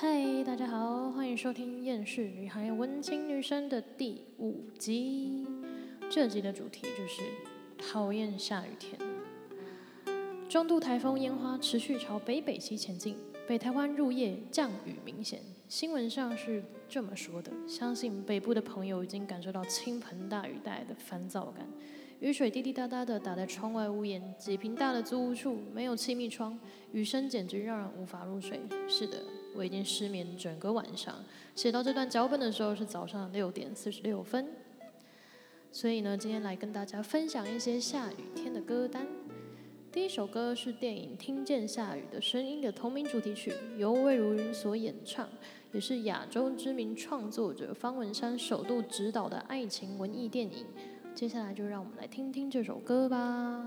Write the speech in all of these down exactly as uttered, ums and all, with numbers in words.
嗨，大家好，欢迎收听《厌世女孩文青女生》的第五集。这集的主题就是讨厌下雨天。中度台风烟花持续朝北北西前进，北台湾入夜降雨明显。新闻上是这么说的，相信北部的朋友已经感受到倾盆大雨带来的烦躁感。雨水滴滴答答的打在窗外屋檐，几坪大的租屋处没有气密窗，雨声简直让人无法入睡。是的，我已经失眠整个晚上。写到这段脚本的时候是早上六点四十六分。所以呢，今天来跟大家分享一些下雨天的歌单。第一首歌是电影《听见下雨的声音》的同名主题曲，由魏如云所演唱，也是亚洲知名创作者方文山首度执导的爱情文艺电影。接下来就让我们来听听这首歌吧。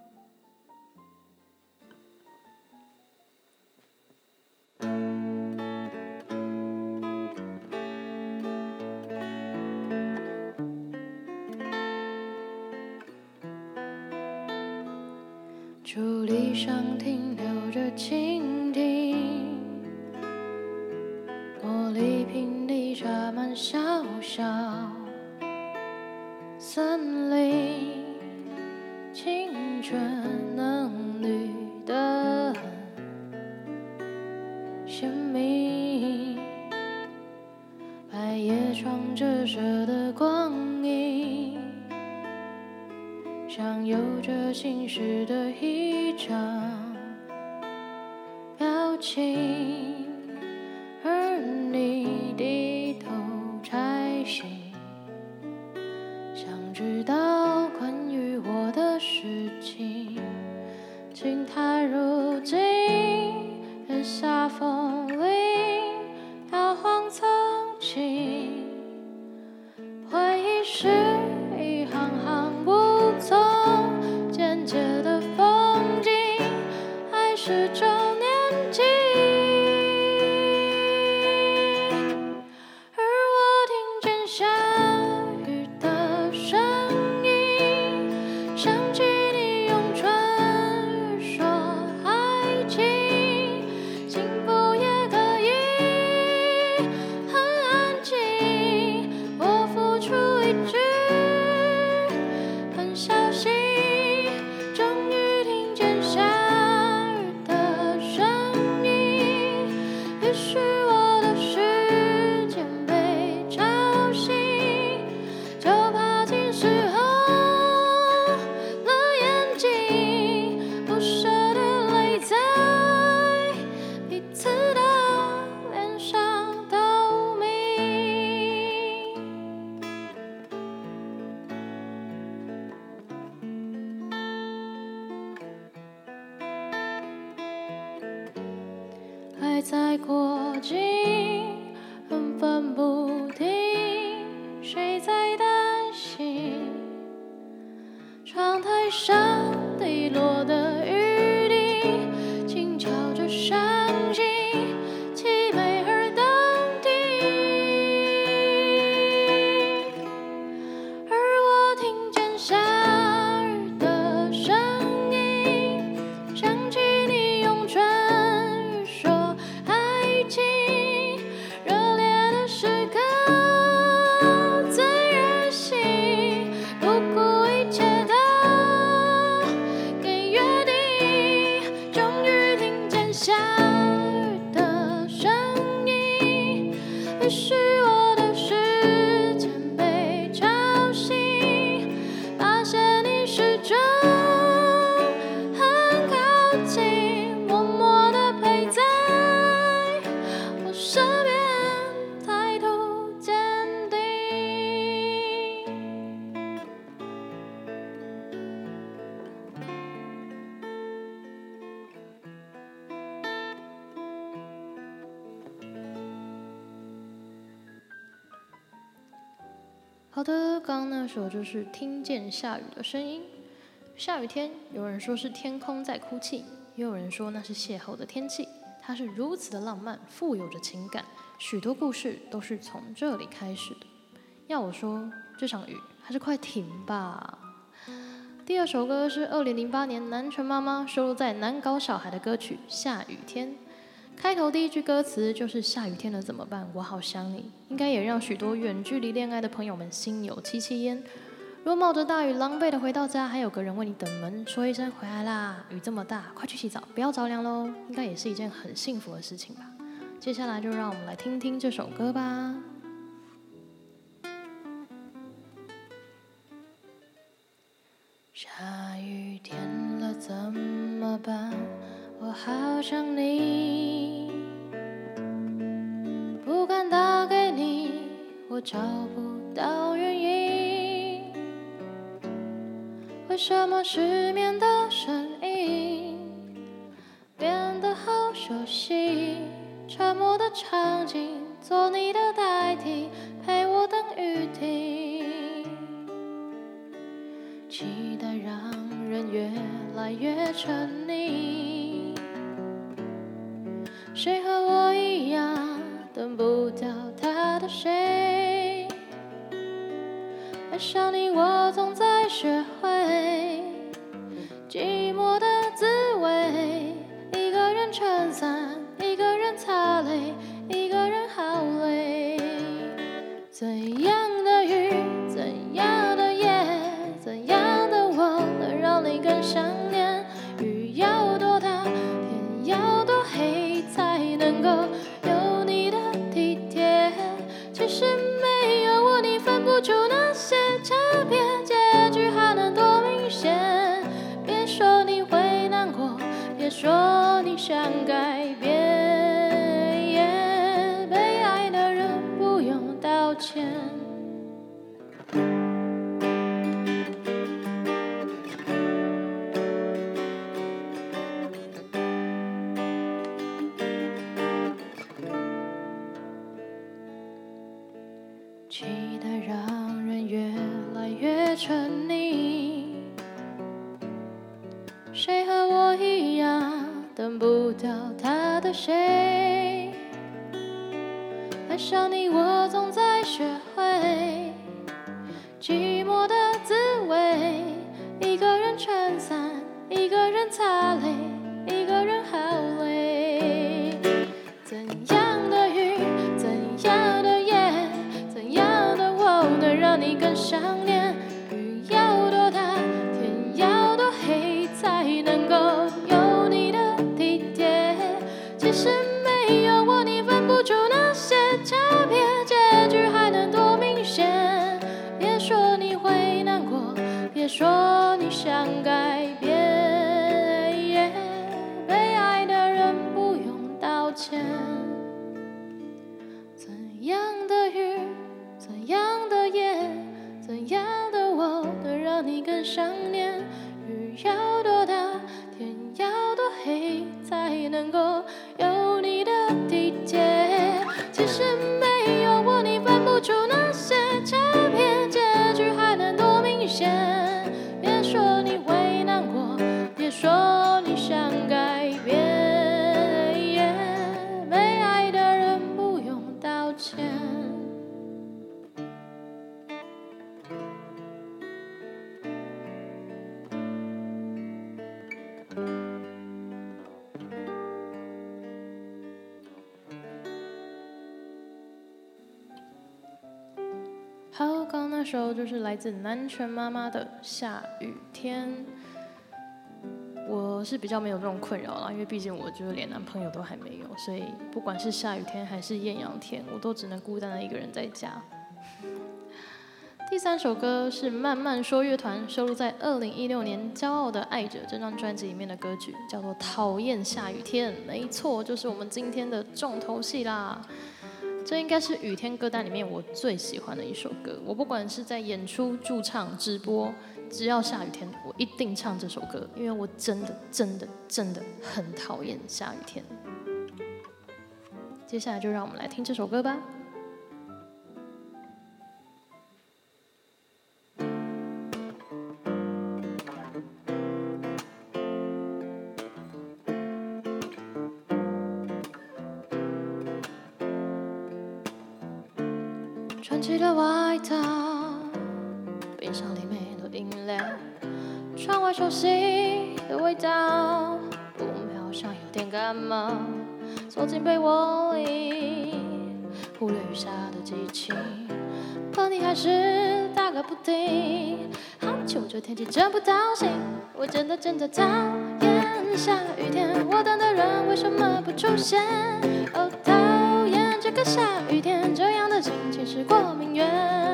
竹篱上停留着蜻蜓，玻璃瓶里插满小小森林，青春能绿得很鲜明，百叶窗折射的光影，像有着心事的一张表情，而你低头摘星，想知道关于我的事情，请踏入今月下风铃，摇晃曾经，回忆是一行行不从简洁的风景，爱是周年纪。而我听见下雨的声音，想起你用唇语说爱情，幸福也可以很安静，我付出一句很小心，终于听见下雨的声音，于是我的时间被吵醒，就怕晴时红了眼睛，不舍的泪在彼此的脸上透明。爱在过境，纷纷不停，谁在担心？窗台上滴落的雨滴，轻敲着伤心，凄美而动听。而我听见下雨的声音，想起你用唇语说爱情，热烈的时刻最任性，不顾一切的给约定，终于听见下雨的声音，于是我的时间被吵醒，发现你始终很靠近，默默地陪在我身边，抬头坚定。好的，刚刚那首就是听见下雨的声音。下雨天，有人说是天空在哭泣，也有人说那是邂逅的天气。它是如此的浪漫，富有着情感，许多故事都是从这里开始的。要我说，这场雨还是快停吧。第二首歌是二零零八年南拳妈妈收录在《难搞小孩》的歌曲《下雨天》。 开头第一句歌词就是下雨天了怎么办？我好想你，应该也让许多远距离恋爱的朋友们心有戚戚焉。若冒着大雨狼狈的回到家，还有个人为你等门，说一声回来啦，雨这么大，快去洗澡，不要着凉喽，应该也是一件很幸福的事情吧。接下来就让我们来听听这首歌吧。下雨天了怎么办？我好想你，不敢打给你，我找不到原因。为什么失眠的声音变得好熟悉？沉默的场景，做你的代替，陪我等雨停。期待让人越来越沉溺，谁和我一样等不到他的谁？爱上你，我总在学会寂寞的滋味，一个人撑伞，一个人擦泪，一个人好累。怎样的雨，怎样的夜，怎样的我，能让你更想念？雨要多大，天要多黑，才能够有你的体贴？其实没有我，你分不出那些差别，结局还能多明显？别说你会难过，别说你想改变，被爱的人不用道歉。期待让人越来越沉溺，谁和我一样等不到他的谁？爱上你，我总在学会寂寞的滋味，一个人撑伞，一个人擦泪，一个人好累。怎样的雨，怎样的夜，怎样的我，能让你更想念？雨要多大，天要多黑，才能够有你的体贴？其实没有我，你分不出那些差别，结局还能多明显？别说你会难过，别说你想改变，被爱的人不用道歉。怎样的雨，怎样的夜，怎样的我，能让你更想念？雨要多大，天要多黑，才能够有你的体贴？其实没有我，你分不出那些差别，结局还能多明显？别说你会难过，别说你想改变，被爱的人不用道歉。好，刚刚那首就是来自南拳妈妈的《下雨天》。我是比较没有这种困扰啦，因为毕竟我就是连男朋友都还没有，所以不管是下雨天还是艳阳天，我都只能孤单的一个人在家。第三首歌是慢慢说乐团收录在二零一六年《骄傲的爱着》这张专辑里面的歌曲，叫做《讨厌下雨天》。没错，就是我们今天的重头戏啦。这应该是雨天歌单里面我最喜欢的一首歌。我不管是在演出、驻唱、直播，只要下雨天，我一定唱这首歌，因为我真的、真的、真的很讨厌下雨天。接下来就让我们来听这首歌吧。穿起了外套，冰箱里没了饮料，窗外熟悉的味道，我们好像有点感冒。 缩进被窝里，忽略雨下的激情，可你还是打个不停。好久这天气真不讨喜，我真的真的讨厌下雨天。我等的人为什么不出现？哦，讨厌这个下雨天，这样的心情是过明月。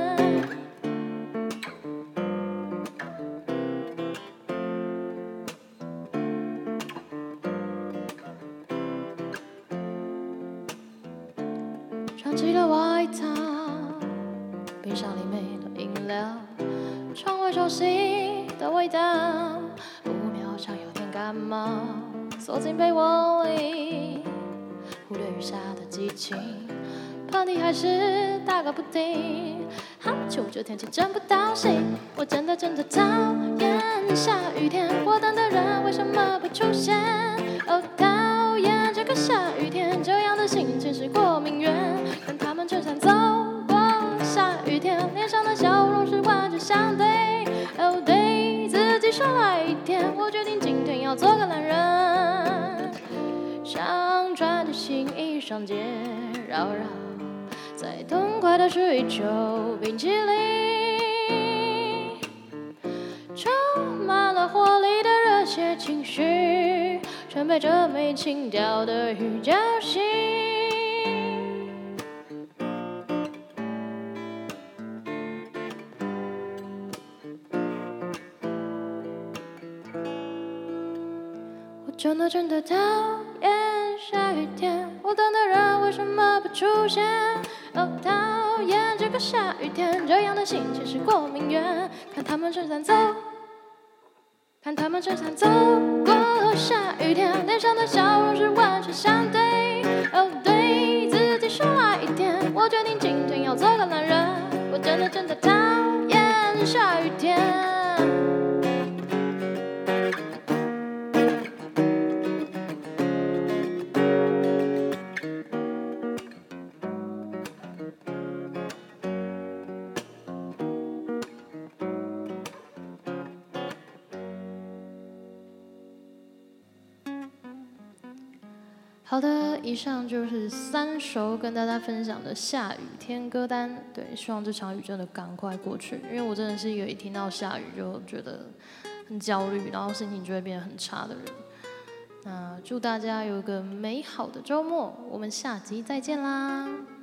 穿起了外套，冰箱里没了饮料，窗外熟悉的味道，五秒想有点感冒，缩进被窝里，忽略雨下的激情，喷嚏还是打个不停。好久这天气真不讨喜，我真的真的讨厌下雨天。我等的人为什么不出现？哦，讨厌这个下雨天，这样的心情是过明月。看他们撑伞走过下雨天，脸上的笑容是完全相对。哦，对自己说来一天，我决定今天要做个懒人，想穿着新衣上街绕绕，再痛快的吃一球冰淇淋，充满了活力的热血情绪，全被这没情调的雨浇熄。我真的真的讨厌下雨天，我等的人为什么不出现？哦，讨厌这个下雨天，这样的心情是过明月。看他们撑伞走，看他们撑伞走过下雨天，脸上的笑容是完全相对。哦，对自己说来一天，我决定今天要做个懒人，我真的真的讨厌下雨天。好的，以上就是三首跟大家分享的下雨天歌单。对，希望这场雨真的赶快过去，因为我真的是一个一听到下雨就觉得很焦虑，然后心情就会变得很差的人。那祝大家有一个美好的周末，我们下集再见啦！